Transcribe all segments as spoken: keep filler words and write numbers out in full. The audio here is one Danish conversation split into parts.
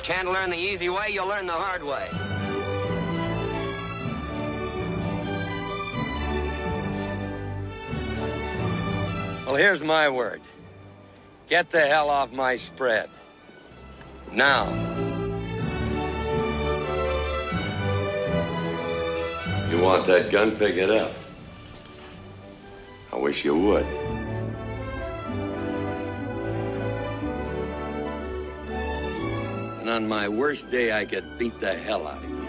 Can't learn the easy way, you'll learn the hard way. Well, here's my word. Get the hell off my spread. Now. You want that gun? Pick it up. I wish you would. And on my worst day, I could beat the hell out of you.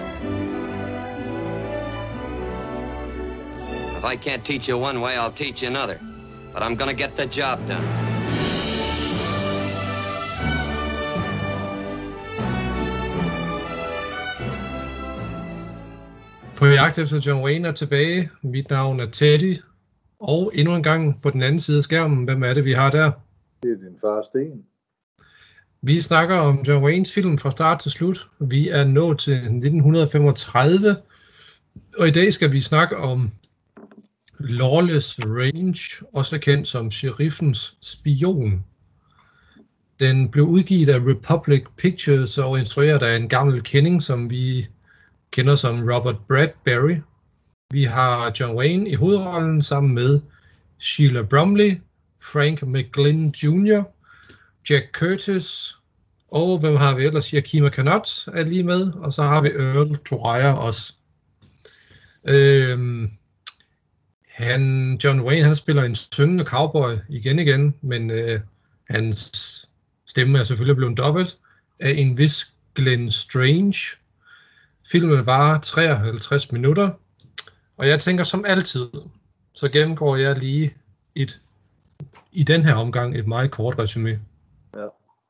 If I can't teach you one way, I'll teach you another. But I'm gonna get the job done. På jagt efter John Wayne er tilbage. Mit navn er Teddy. Og endnu en gang på den anden side af skærmen. Hvem er det, vi har der? Det er din far, Sten. Vi snakker om John Waynes film fra start til slut. Vi er nået til nitten femogtredive. Og i dag skal vi snakke om Lawless Range, også kendt som Sheriffens Spion. Den blev udgivet af Republic Pictures og instrueret af en gammel kending, som vi kender som Robert Bradbury. Vi har John Wayne i hovedrollen sammen med Sheila Bromley, Frank McGlynn junior, Jack Curtis, og hvem har vi ellers? Yakima Canutt er lige med, og så har vi Earl Dwyer også. Øhm, han, John Wayne han spiller en syngende cowboy igen igen, men øh, hans stemme er selvfølgelig blevet dobbelt af en vis Glenn Strange. Filmen varer treoghalvtreds minutter, og jeg tænker som altid, så gennemgår jeg lige et, i den her omgang et meget kort resume. Ja.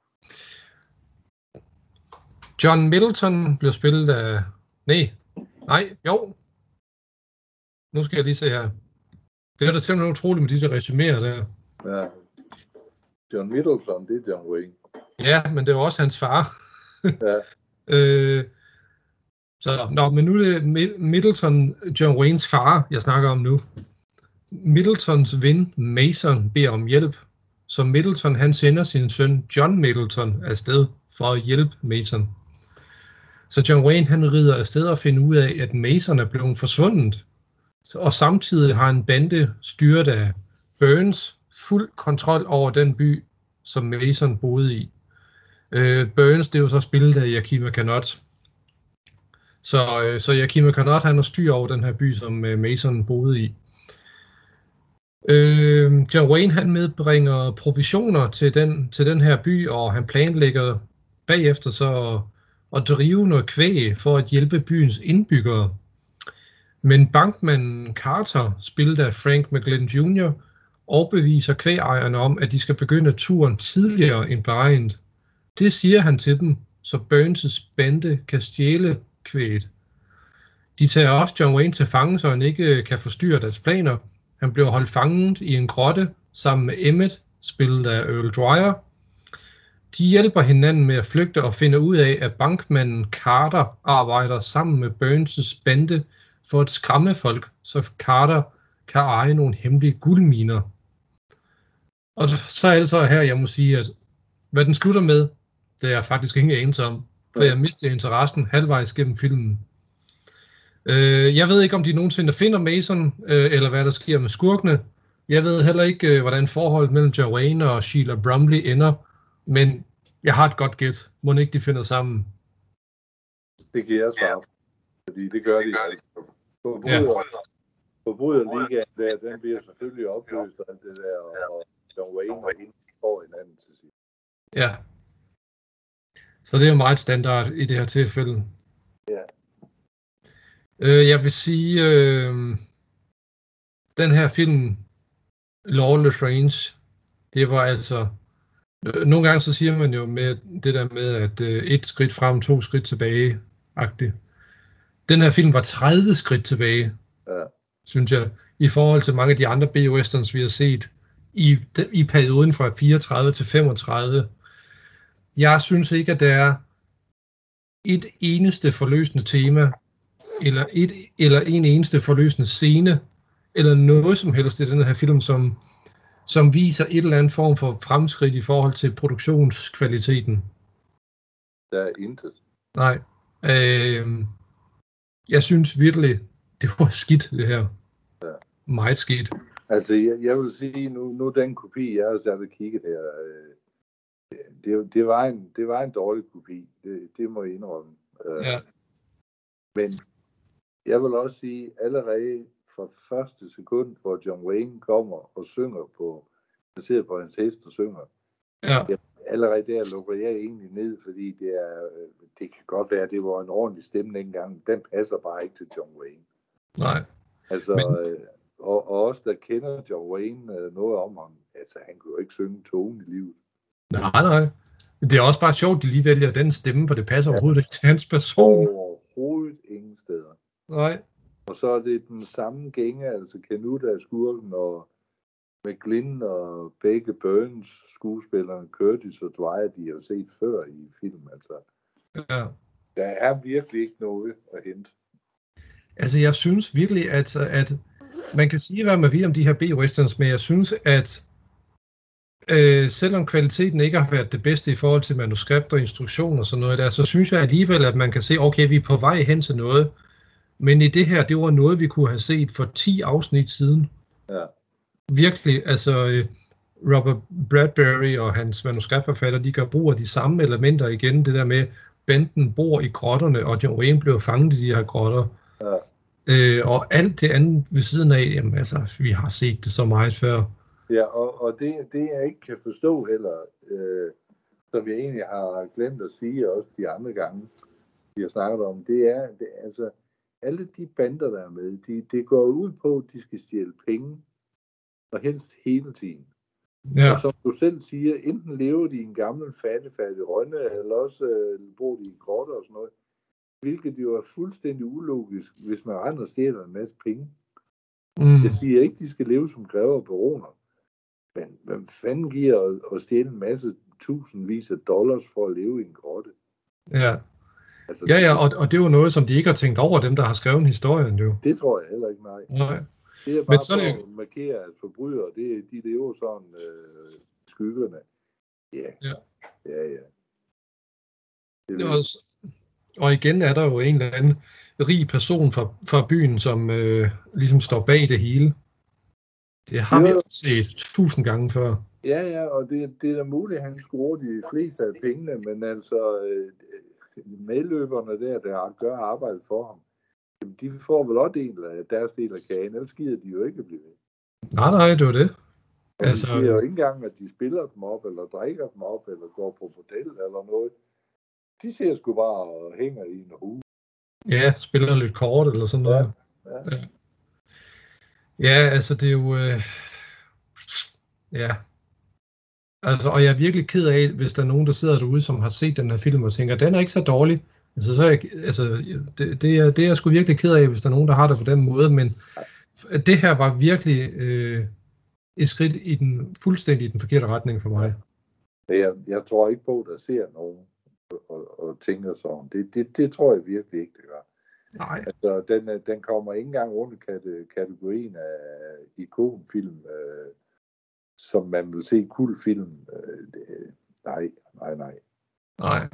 John Middleton blev spillet af... Nej, nej, jo. Nu skal jeg lige se her. Det er da simpelthen utroligt med de der resuméer der. Ja. John Middleton, det er John Wayne. Ja, men det var også hans far. Ja. øh, så, nå, men nu er det Middleton, John Waynes far, jeg snakker om nu. Middletons ven Mason beder om hjælp, så Middleton han sender sin søn John Middleton afsted for at hjælpe Mason. Så John Wayne han rider afsted og finder ud af, at Mason er blevet forsvundet, og samtidig har en bande styret af Burns fuld kontrol over den by, som Mason boede i. Øh, Burns det er jo så spillet af Yakima Canutt. Så, øh, så Yakima Canutt han har styr over den her by, som øh, Mason boede i. Øh, John Wayne han medbringer provisioner til den, til den her by, og han planlægger bagefter så at, at drive noget kvæg for at hjælpe byens indbyggere. Men bankmanden Carter, spillet af Frank McGlynn junior, overbeviser kvægejerne om, at de skal begynde turen tidligere end beregnet. Det siger han til dem, så Burns' bande kan stjæle kvæget. De tager også John Wayne til fange, så han ikke kan forstyrre deres planer. Han bliver holdt fanget i en grotte sammen med Emmett, spillet af Earl Dwyer. De hjælper hinanden med at flygte og finder ud af, at bankmanden Carter arbejder sammen med Burns' bande for at skræmme folk, så Carter kan eje nogle hemmelige guldminer. Og så, så er det så her, jeg må sige, at hvad den slutter med, det er jeg faktisk ingen anelse om, for jeg mistede interessen halvvejs gennem filmen. Øh, jeg ved ikke, om de nogensinde finder Mason, øh, eller hvad der sker med skurkene. Jeg ved heller ikke, øh, hvordan forholdet mellem John Wayne og Sheila Bromley ender, men jeg har et godt gæt. Må ikke de finder sammen? Det kan jeg svare, fordi det gør de. Forbryder, forbryderligaen der, den bliver selvfølgelig opløst af det der, og John Wayne og hende får hinanden til sidst. Ja. Så det er jo meget standard i det her tilfælde. Ja. Øh, jeg vil sige, øh, den her film, Lawless Range, det var altså, øh, nogle gange så siger man jo med det der med, at øh, et skridt frem, to skridt tilbage-agtigt. Den her film var tredive skridt tilbage, ja. Synes jeg, i forhold til mange af de andre B-westerns, vi har set i, i perioden fra fireogtredive til femogtredive. Jeg synes ikke, at der er et eneste forløsende tema, eller, et, eller en eneste forløsende scene, eller noget som helst i den her film, som, som viser et eller andet form for fremskridt i forhold til produktionskvaliteten. Der er intet. Nej. Øh, jeg synes virkelig, det var skidt, det her. Ja. Meget skidt. Altså, jeg, jeg vil sige, nu, nu den kopi, jeg har sat og kigget her, øh, det, det, var en, det var en dårlig kopi. Det, det må jeg indrømme. Øh, Ja. Men jeg vil også sige, allerede fra første sekund, hvor John Wayne kommer og synger på, jeg sidder på hans hest og synger, Ja. jeg, allerede der lukker jeg egentlig ned, fordi det er, det kan godt være, at det var en ordentlig stemme dengang. Den passer bare ikke til John Wayne. Nej. Altså, Men... og, og også der kender John Wayne noget om ham, altså han kunne jo ikke synge tone i livet. Nej, nej. Det er også bare sjovt, at de lige vælger den stemme, for det passer ja. overhovedet ikke til hans person. Overhovedet ingen steder. Nej. Og så er det den samme gænge, altså Canute er skurken, og McGlynn og begge Burns skuespillerne, Curtis og Dwight, de har jo set før i film, altså. Ja. Der er virkelig ikke noget at hente. Altså, jeg synes virkelig, at, at man kan sige, hvad man vil om de her B-westerns, men jeg synes, at øh, selvom kvaliteten ikke har været det bedste i forhold til manuskript og instruktion og sådan noget der, så synes jeg alligevel, at man kan se, okay, vi er på vej hen til noget, men i det her, det var noget, vi kunne have set for ti afsnit siden. Ja. Virkelig, altså Robert Bradbury og hans manuskriptforfatter, de gør brug af de samme elementer igen, det der med, Benton bor i grotterne, og John Wayne blev fanget i de her grotter. Ja. Øh, og alt det andet ved siden af, jamen altså, vi har set det så meget før. Ja, og, og det, det jeg ikke kan forstå heller, øh, som jeg egentlig har glemt at sige også de andre gange, vi har snakket om, det er, det, altså, alle de bander, der er med, de, det går ud på, at de skal stjæle penge, og helst hele tiden. Ja. Og som du selv siger, enten lever de i en gammel, fattig, fattig rønne, eller også øh, bor de i grotter og sådan noget, hvilket jo er fuldstændig ulogisk, hvis man render og stjæler en masse penge. Mm. Jeg siger ikke, de skal leve som grever og baroner, men hvem fanden giver at, at stjæle en masse tusindvis af dollars for at leve i en grotte? Ja. Altså, ja, ja, og, og det er jo noget, som de ikke har tænkt over, dem der har skrevet historien jo. Det tror jeg heller ikke, nej. Nej. Det er bare men så for det... at markere, at forbrydere, det, de lever sådan øh, skyggerne. Yeah. Ja. Ja, ja. Det også... Og igen er der jo en eller anden rig person fra, fra byen, som øh, ligesom står bag det hele. Det har det vi også set tusind gange før. Ja, ja, og det, det er da muligt, at han skruer de fleste af pengene, men altså øh, medløberne der, der gør arbejdet for ham, de får vel også del af deres del af kagen, ellers gider de jo ikke at blive ved. Nej, nej, det var det. Og altså, de siger jo ikke engang, at de spiller dem op, eller drikker dem op, eller går på bordel, eller noget. De ser sgu bare og hænger i en hue. Ja, spiller lidt kort, eller sådan noget. Ja, ja. Ja, ja altså det er jo... Øh... Ja. Altså, og jeg er virkelig ked af, hvis der er nogen, der sidder derude, som har set den her film og tænker, den er ikke så dårlig. Altså, så er jeg, altså det, det, er, det er jeg sgu virkelig ked af, hvis der er nogen, der har det på den måde, men det her var virkelig øh, et skridt i den, fuldstændig i den forkerte retning for mig. Jeg, jeg tror ikke på, at der ser nogen og, og, og tænker sådan. Det, det, det tror jeg virkelig ikke, det gør. Nej. Altså, den, den kommer ikke engang under kategorien af ikonfilm, øh, som man vil se kultfilm. Øh, det, nej, nej, nej. Nej.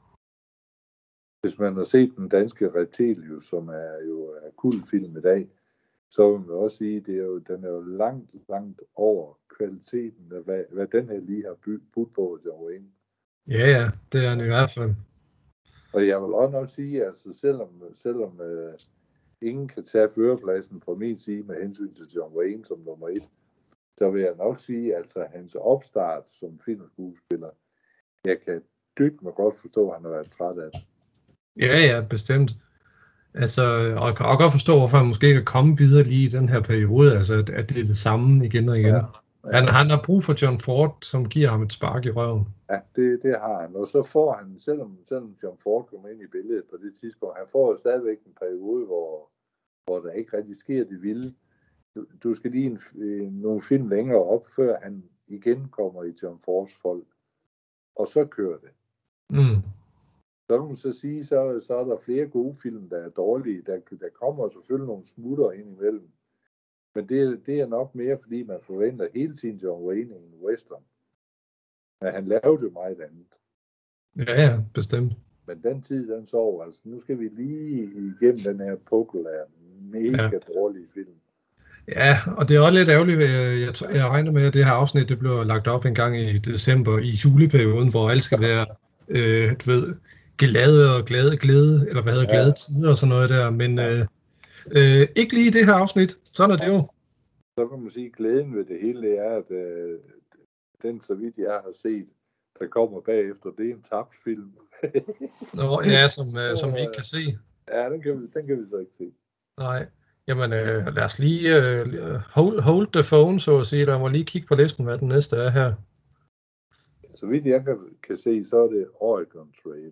Hvis man har set den danske Reptilius, som er jo er kultfilm i dag, så vil man også sige, at det er jo, den er jo langt, langt over kvaliteten af, hvad, hvad den her lige har budt på, John Wayne. Ja, ja, det er den i hvert fald. Og jeg vil også nok sige, altså selvom, selvom øh, ingen kan tage førerpladsen fra min side med hensyn til John Wayne som nummer et, så vil jeg nok sige, altså hans opstart som filmskuespiller, jeg kan dybt mig godt forstå, at han har været træt af det. Ja, ja, bestemt. Altså, og jeg kan også godt forstå, hvorfor han måske ikke er kommet videre lige i den her periode, altså at, at det er det samme igen og igen. Ja, ja. Han, han har brug for John Ford, som giver ham et spark i røven. Ja, det, det har han. Og så får han, selvom, selvom John Ford kommer ind i billedet på det tidspunkt, han får jo stadigvæk en periode, hvor, hvor der ikke rigtig sker det vilde. Du, du skal lige en, en, nogle film længere op, før han igen kommer i John Fords folk. Og så kører det. Mm. Så kan man så sige, så, så er der flere gode film, der er dårlige. Der, der kommer selvfølgelig nogle smutter ind imellem. Men det, det er nok mere, fordi man forventer hele tiden John Wayne i en western. Men han lavede jo meget andet. Ja, ja, bestemt. Men den tid, den sov. Altså, nu skal vi lige igennem den her pukkel af mega ja. dårlige film. Ja, og det er også lidt ærgerligt. Jeg, jeg regner med, at det her afsnit det bliver lagt op en gang i december i juleperioden, hvor alt skal være, øh, du ved, glade og glade, glæde, eller hvad hedder glade ja. tider og sådan noget der. Men ja. øh, øh, ikke lige det her afsnit. Sådan er det jo. Så kan man sige, at glæden ved det hele det er, at øh, den, så vidt jeg har set, der kommer bagefter, det er en tabt film. Nå, ja, som, øh, som vi ikke kan se. Ja, den kan vi, den kan vi så ikke se. Nej. Jamen, øh, lad os lige øh, hold, hold the phone, så at sige. Der må lige kigge på listen, hvad den næste er her. Så vidt jeg kan, kan se, så er det Oregon Trail.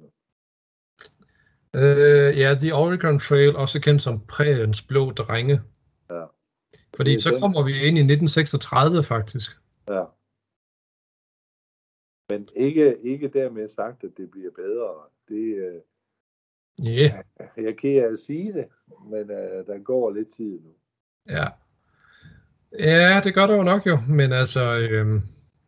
Øh, ja, The Oregon Trail, også kendt som Præriens Blå Drenge. Ja. Fordi så den... kommer vi ind i nitten seksogtredive, faktisk. Ja. Men ikke, ikke dermed sagt, at det bliver bedre. Det, øh... Yeah. Jeg kan ikke sige det, men uh, der går lidt tid nu. Ja. Ja, det gør der jo nok jo, men altså, øhm,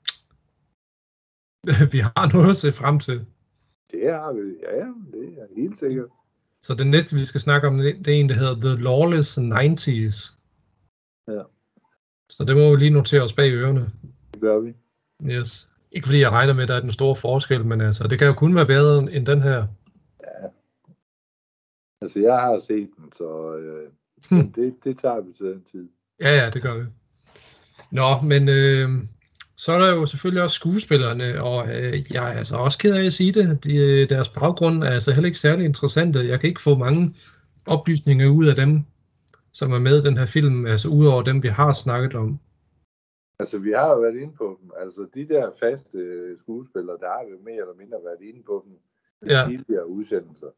vi har noget at se frem til. Det har vi, ja, det er helt sikkert. Så det næste, vi skal snakke om, det er en, der hedder The Lawless nineties. Ja. Så det må vi lige notere os bag ørerne. Det gør vi. Yes. Ikke fordi jeg regner med, at der er den store forskel, men altså, det kan jo kun være bedre end den her. Ja. Altså, jeg har set den, så øh, hmm. det, det tager vi til den tid. Ja, ja, det gør vi. Nå, men øh, så er der jo selvfølgelig også skuespillerne, og øh, jeg er altså også ked af at sige det. De, deres baggrund er altså heller ikke særlig interessante. Jeg kan ikke få mange oplysninger ud af dem, som er med i den her film, altså ud over dem, vi har snakket om. Altså, vi har jo været inde på dem. Altså, de der faste skuespillere, der har vi mere eller mindre været inde på dem i ja. tidligere udsendelser.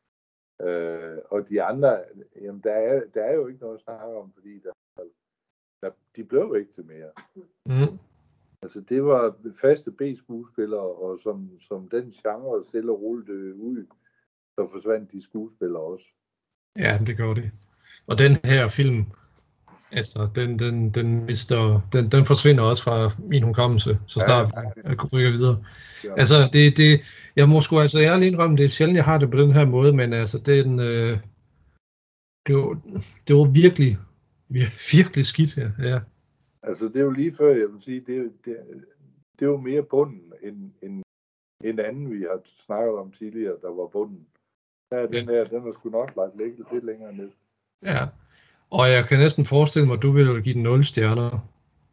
Øh, og de andre, jamen der er, der er jo ikke noget at snakke om, fordi der, der, de blev ikke til mere. Mm. Altså det var faste B-skuespillere, og som, som den genre selv og roligt ud, så forsvandt de skuespillere også. Ja, det gjorde det. Og den her film, altså den, den, den, mister, den, den forsvinder også fra min hukommelse, så snart ja, ja, ja. jeg kunne rykke videre. Ja. Altså, det, det, jeg må sgu altså ærligt indrømme, det er sjældent, jeg har det på den her måde, men altså, den, øh, det, var, det var virkelig, virkelig skidt her. Ja. Altså, det er jo lige før, jeg vil sige, det, det, det er jo mere bunden, end, end, end anden, vi har snakket om tidligere, der var bunden. Ja, den her, den er sgu nok lagt lidt, lidt længere ned. Ja, og jeg kan næsten forestille mig, at du vil give den nul stjerner.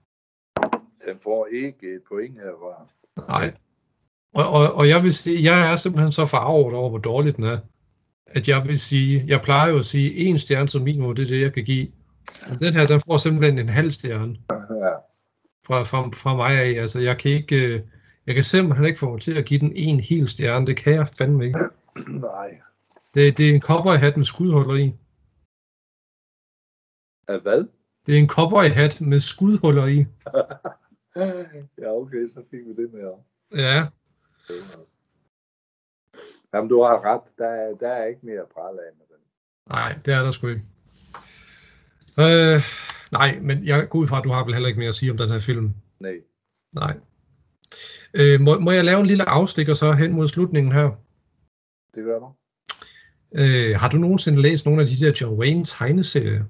Den får ikke et point herfra. Nej. Og, og, og jeg vil sige, jeg er simpelthen så forarvet over, hvor dårligt den er, at jeg vil sige, jeg plejer jo at sige, en stjerne som minimum, det er det, jeg kan give. Og den her, den får simpelthen en halv stjerne. Ja. Fra, fra, fra mig af. Altså, jeg kan ikke, jeg kan simpelthen ikke få mig til at give den en hel stjerne. Det kan jeg fandme ikke. Nej. Det, det er en cowboyhat med skudhuller i. Af hvad? Det er en cowboyhat med skudhuller i. Ja, okay, så fik vi det med. Ja. Jamen, du har ret. Der er, der er ikke mere at prale af med den. Nej, det er der sgu ikke. Øh, nej, men jeg går ud fra, at du har vel heller ikke mere at sige om den her film. Nej. Nej. Øh, må, må jeg lave en lille afstikker så hen mod slutningen her? Det gør du. Øh, har du nogensinde læst nogle af de der John Wayne tegneserier?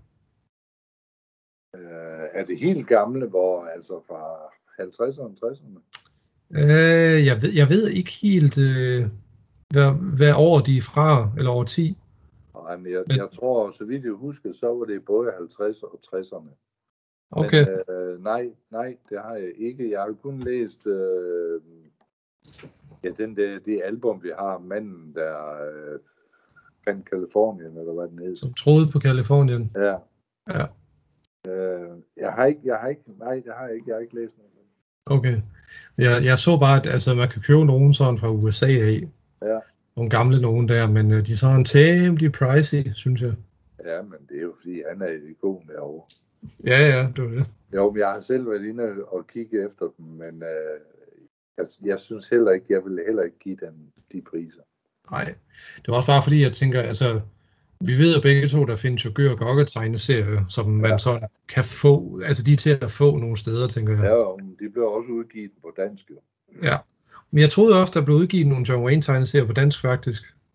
Øh, er det helt gamle, hvor altså fra halvtredserne og tresserne? Øh, jeg, ved, jeg ved ikke helt, øh, hvad, hvad år de er fra, eller år ti. Nej, men jeg, men jeg tror, så vidt jeg husker, så var det både halvtredserne og tresserne. Okay. Men, øh, nej, nej, det har jeg ikke. Jeg har kun læst øh, ja, den der, det album, vi har, Manden, der øh, fandt Californien, eller hvad den hedder. Som troede på Californien. Ja. Ja. Øh, jeg har ikke, jeg har ikke, nej, det har jeg ikke, jeg har ikke læst noget. Okay. Jeg, jeg så bare, at altså, man kan købe nogen sådan fra U S A af. Ja. Nogle gamle nogen der, men uh, de er sådan temmelig pricey, synes jeg. Ja, men det er jo fordi, han er et ikon derovre. Ja, ja, det var det. Jo, men jeg har selv været inde og kigge efter dem, men øh, jeg, jeg synes heller ikke, jeg vil heller ikke give dem de priser. Nej, det var også bare fordi, jeg tænker, altså, vi ved jo begge to, der findes jo Gør og Gokke tegneserier, som man ja. så kan få, altså de er til at få nogle steder, tænker jeg. Ja, og de blev også udgivet på dansk. Jo. Ja, men jeg troede også, der blev udgivet nogle John Wayne tegneserier på dansk, faktisk.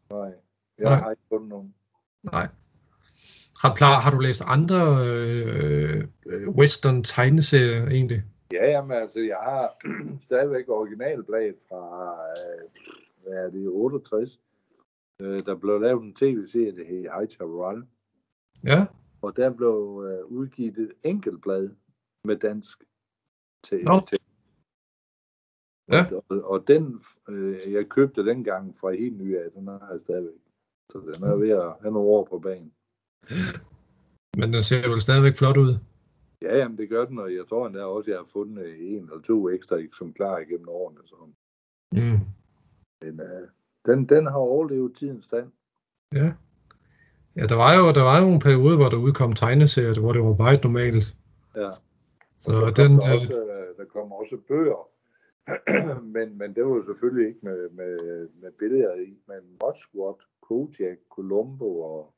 Jeg Nej. har ikke fundet nogen. Nej. Har, plejer, har du læst andre øh, western tegneserier egentlig? Ja, jamen altså, jeg har stadigvæk originalbladet fra, øh, hvad er det, otteogtres. Øh, der blev lavet en tv-serie, der hed High Chaparral. Ja. Og der blev øh, udgivet et enkelt blad med dansk til. Nå. til. Ja. Og, og, og den, øh, jeg købte dengang fra helt ny af, den har jeg stadigvæk. Så den er ved at have nogle år på banen. Men den ser vel stadigvæk flot ud? Ja, jamen det gør den, og jeg tror endda også, at jeg har fundet en eller to ekstra eksemplarer igennem årene. Sådan. Mm. Men øh, den, den har overlevet tidens tand. Ja. Ja, der var jo der var jo nogle perioder, hvor der udkom tegneserier, hvor det var meget normalt. Ja. Så, så den kom der, også, der kom også bøger. men, men det var jo selvfølgelig ikke med, med, med billeder i. Men Motsquat, Kojak, Columbo og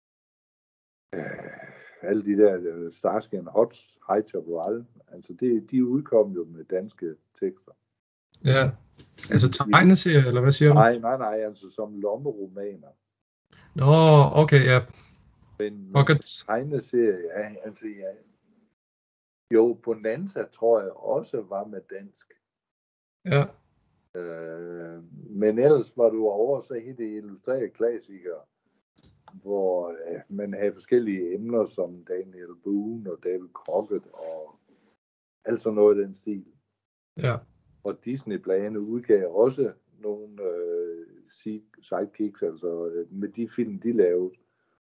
øh, alle de der uh, Starsky and Hutch, High Chaparral, altså det, de udkom jo med danske tekster. Ja, altså tegneserier, eller hvad siger du? Nej, nej, nej, altså som lommeromaner. Nå, okay, ja. Men, Okay. men tegneserier, ja, altså ja. Jo, Bonanza tror jeg også var med dansk. Ja. Øh, men ellers var du over, så hed det illustrerede klassikere, hvor øh, man havde forskellige emner som Daniel Boone og David Crockett og alt sådan noget i den stil. Ja. Og Disney-bladene udgav også nogle øh, sidekicks, altså øh, med de film, de lavede.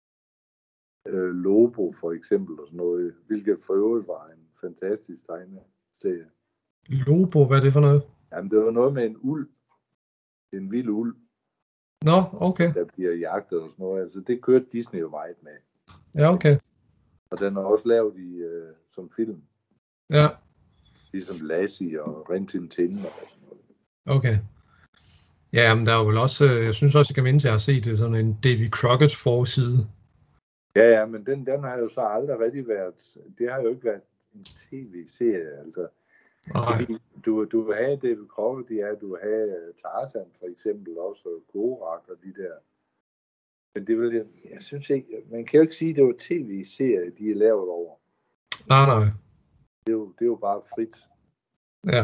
Øh, Lobo for eksempel og sådan noget, hvilket for øvrigt var en fantastisk tegneserie. Lobo, hvad er det for noget? Jamen, det var noget med en ulv. En vild ulv. Nå, okay. Der bliver jagtet og sådan noget. Altså, det kørte Disney jo meget med. Ja, okay. Og den er også lavet i, øh, som film. Ja. Ligesom Lassie og Rin Tin Tin og sådan noget. Okay. Ja, men der er jo vel også, jeg synes også, jeg kan vinde til at have set det, sådan en Davy Crockett forside. Ja, ja, men den, den har jo så aldrig rigtig været, det har jo ikke været en tv-serie, altså. Nej. Fordi du, du vil have David Crockett, ja, du vil have Tarzan for eksempel også, og Gorak og de der. Men det vil jeg, jeg synes ikke, man kan jo ikke sige, at det var tv-serie, de er lavet over. Nej, nej. Det er jo, det er jo bare frit. Ja.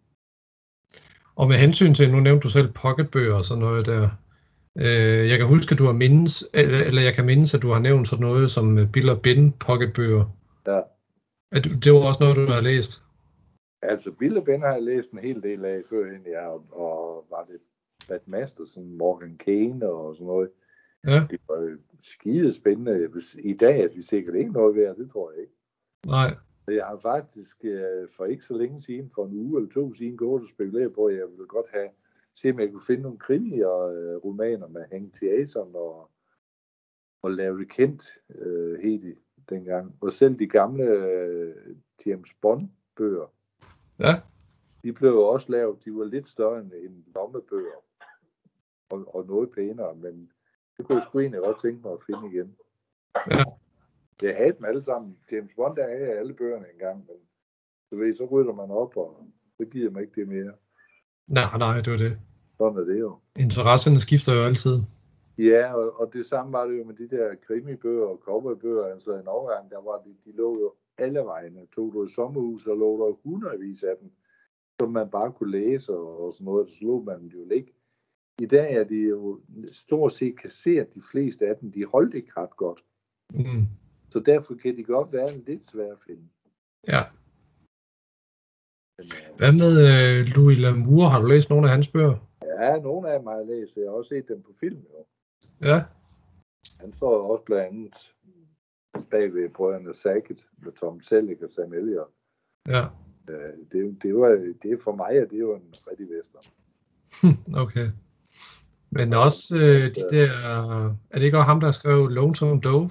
Og med hensyn til, nu nævnte du selv pocketbøger og sådan noget der. Øh, jeg kan huske, at du har mindes, eller, eller jeg kan mindes, at du har nævnt sådan noget som Bill og Ben pocketbøger. Ja. Det var også noget, du har læst. Altså, Bill og Ben har jeg læst en hel del af førhen, ja, og, og var det Bat Masterson, Morgan Kane og sådan noget. Ja. Det var skide spændende. I dag er de sikkert ikke noget værd, det tror jeg ikke. Nej. Jeg har faktisk for ikke så længe siden, for en uge eller to siden, gået og spekuleret på, at jeg ville godt have, se om jeg kunne finde nogle krimier og romaner med Hank Jason og, og Larry Kent, øh, hed de dengang. Og selv de gamle øh, James Bond-bøger, ja. De blev jo også lavet, de var lidt større end, end lommebøger, og, og noget pænere, men det kunne jeg sgu egentlig godt tænke mig at finde igen. Ja. Jeg havde dem alle sammen. James Bond, der havde jeg alle bøgerne engang, men du ved, så rydder man op, og så giver man ikke det mere. Nej, nej, det var det. Sådan er det jo. Interesserne skifter jo altid. Ja, og, og det samme var det jo med de der krimibøger og cowboybøger. Altså en overgang, der var de, de lå jo alle vegne. Tog du et sommerhus, og lå der hundredvis af dem, som man bare kunne læse og, og sådan noget. Så lå man jo ikke. I dag er de jo stort set kasseret, de fleste af dem. De holdt ikke ret godt. Mm. Så derfor kan de godt være lidt svære at finde. Ja. Men, øh, Hvad med øh, Louis L'Amour? Har du læst nogle af hans bøger? ja, nogle af dem har jeg læst. Jeg har også set dem på film, jo. Ja. Han står også blandt andet bagved brødrene Sackett med Tom Selleck og Sam Elliott. Ja. Øh, det, det, var, det er for mig, at det er jo en rigtig western. Okay. Men også øh, de der... Er det ikke også ham, der skrev Lonesome Dove?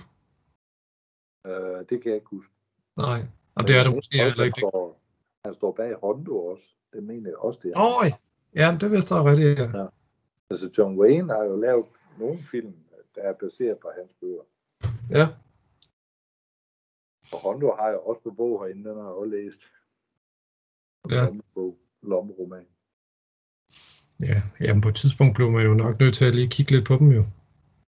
Øh, det kan jeg ikke huske. Nej. Og det er det måske heller ikke. Står, han står bag Hondo også. Det mener jeg også, det er. Åh, ja, det vidste jeg rigtigt, ja. Ja. Altså, John Wayne har jo lavet nogle film, der er baseret på hans bøger. Ja. Og Hondo har jeg også på bog herinde, den har jeg også læst. Ja. Lommebog, lommeroman. Ja, jamen på et tidspunkt blev man jo nok nødt til at lige kigge lidt på dem jo.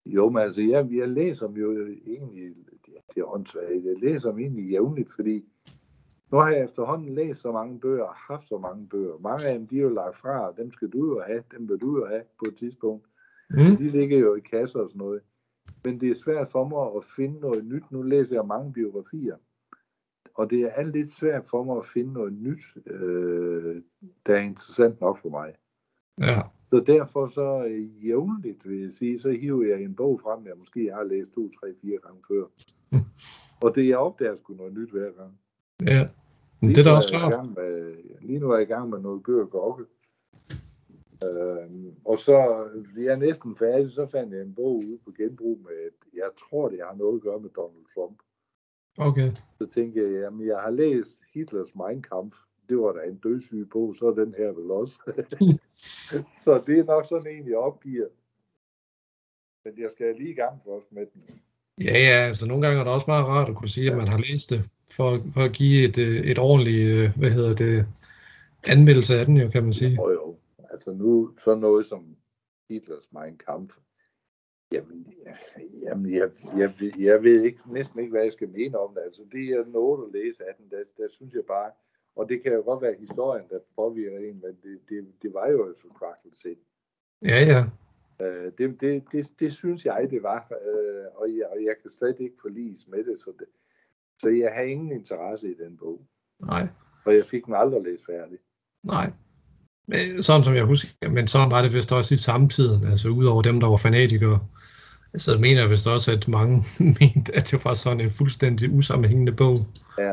Jo, men altså, jeg, jeg læser dem jo egentlig, det er åndssvagt, jeg læser dem egentlig jævnligt, fordi nu har jeg efterhånden læst så mange bøger og haft så mange bøger. Mange af dem, de er jo lagt fra, dem skal du jo have, dem vil du jo have på et tidspunkt. Mm. De ligger jo i kasser og sådan noget. Men det er svært for mig at finde noget nyt. Nu læser jeg mange biografier. Og det er alt lidt svært for mig at finde noget nyt, øh, der er interessant nok for mig. Ja. Så derfor så øh, jævnligt, vil jeg sige, så hiver jeg en bog frem, jeg måske har læst to, tre, fire gange før. Mm. Og det jeg opdager sgu noget nyt hver gang. Ja, men det er da også klart. Lige nu er jeg i gang med noget Gør Gokke. Øhm, og så, fordi jeg er næsten færdig, så fandt jeg en bog ude på genbrug med, at jeg tror, det har noget at gøre med Donald Trump. Okay. Så tænkte jeg, jamen jeg har læst Hitlers Mein Kampf. Det var da en dødssyg bog, så er den her vel også. Så det er nok sådan en, jeg opgiver. Men jeg skal lige i gang først med den. Ja, ja, altså nogle gange er det også meget rart at kunne sige, at man har læst det, for, for at give et, et ordentligt, hvad hedder det, anmeldelse af den jo, kan man sige. Jo, jo. Altså nu, så noget som Hitlers Mein Kampf, jamen, jamen jeg, jeg, jeg ved ikke, næsten ikke, hvad jeg skal mene om det. Altså det er noget at læse af den, der, der synes jeg bare, og det kan jo godt være historien, der påvirker en, men det, det, det var jo et forkvaklet sind. Ja, ja. Uh, det, det, det, det synes jeg, det var, uh, og, jeg, og jeg kan slet ikke forliges med det så, det, så jeg har ingen interesse i den bog. Nej. Og jeg fik den aldrig læst færdig. Nej. Men, sådan som jeg husker, men sådan var det vist også i samtiden, altså udover dem, der var fanatikere. Så mener jeg vist også, at mange mente, at det var sådan en fuldstændig usammenhængende bog. Ja.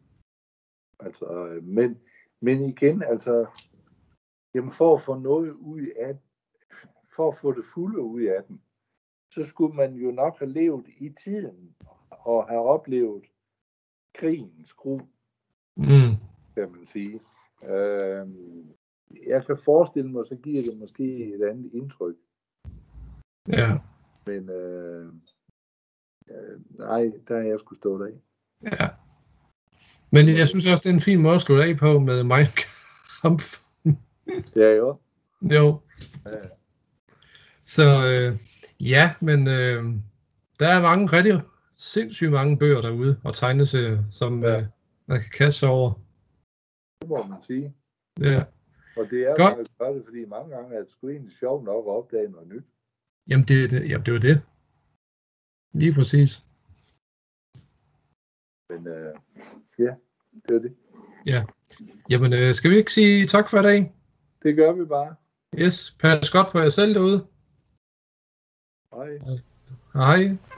Altså, men, men igen, altså, jamen for at få noget ud af for at få det fulde ud af den, så skulle man jo nok have levet i tiden og have oplevet krigens gru, mm. kan man sige. Øh, jeg kan forestille mig, så giver det måske et andet indtryk. Ja. Men øh, øh, nej, der er jeg sgu stået af. Ja. Men jeg synes også, det er en fin måde at slå af på med Mein Kampf. Ja, jo. Jo. Ja. Så øh, ja, men øh, der er mange, rigtig sindssygt mange bøger derude og tegneserier, som ja. øh, man kan kaste sig over. Det må man sige. Ja. Og det er godt. jo gøre det, fordi mange gange er det sgu egentlig sjovt nok at opdage noget nyt. Jamen det, det, jamen, det var det. Lige præcis. Men øh, ja, det var det. Ja. Jamen øh, skal vi ikke sige tak for i dag? Det gør vi bare. Yes, pas godt på jer selv derude. Hej. Hej.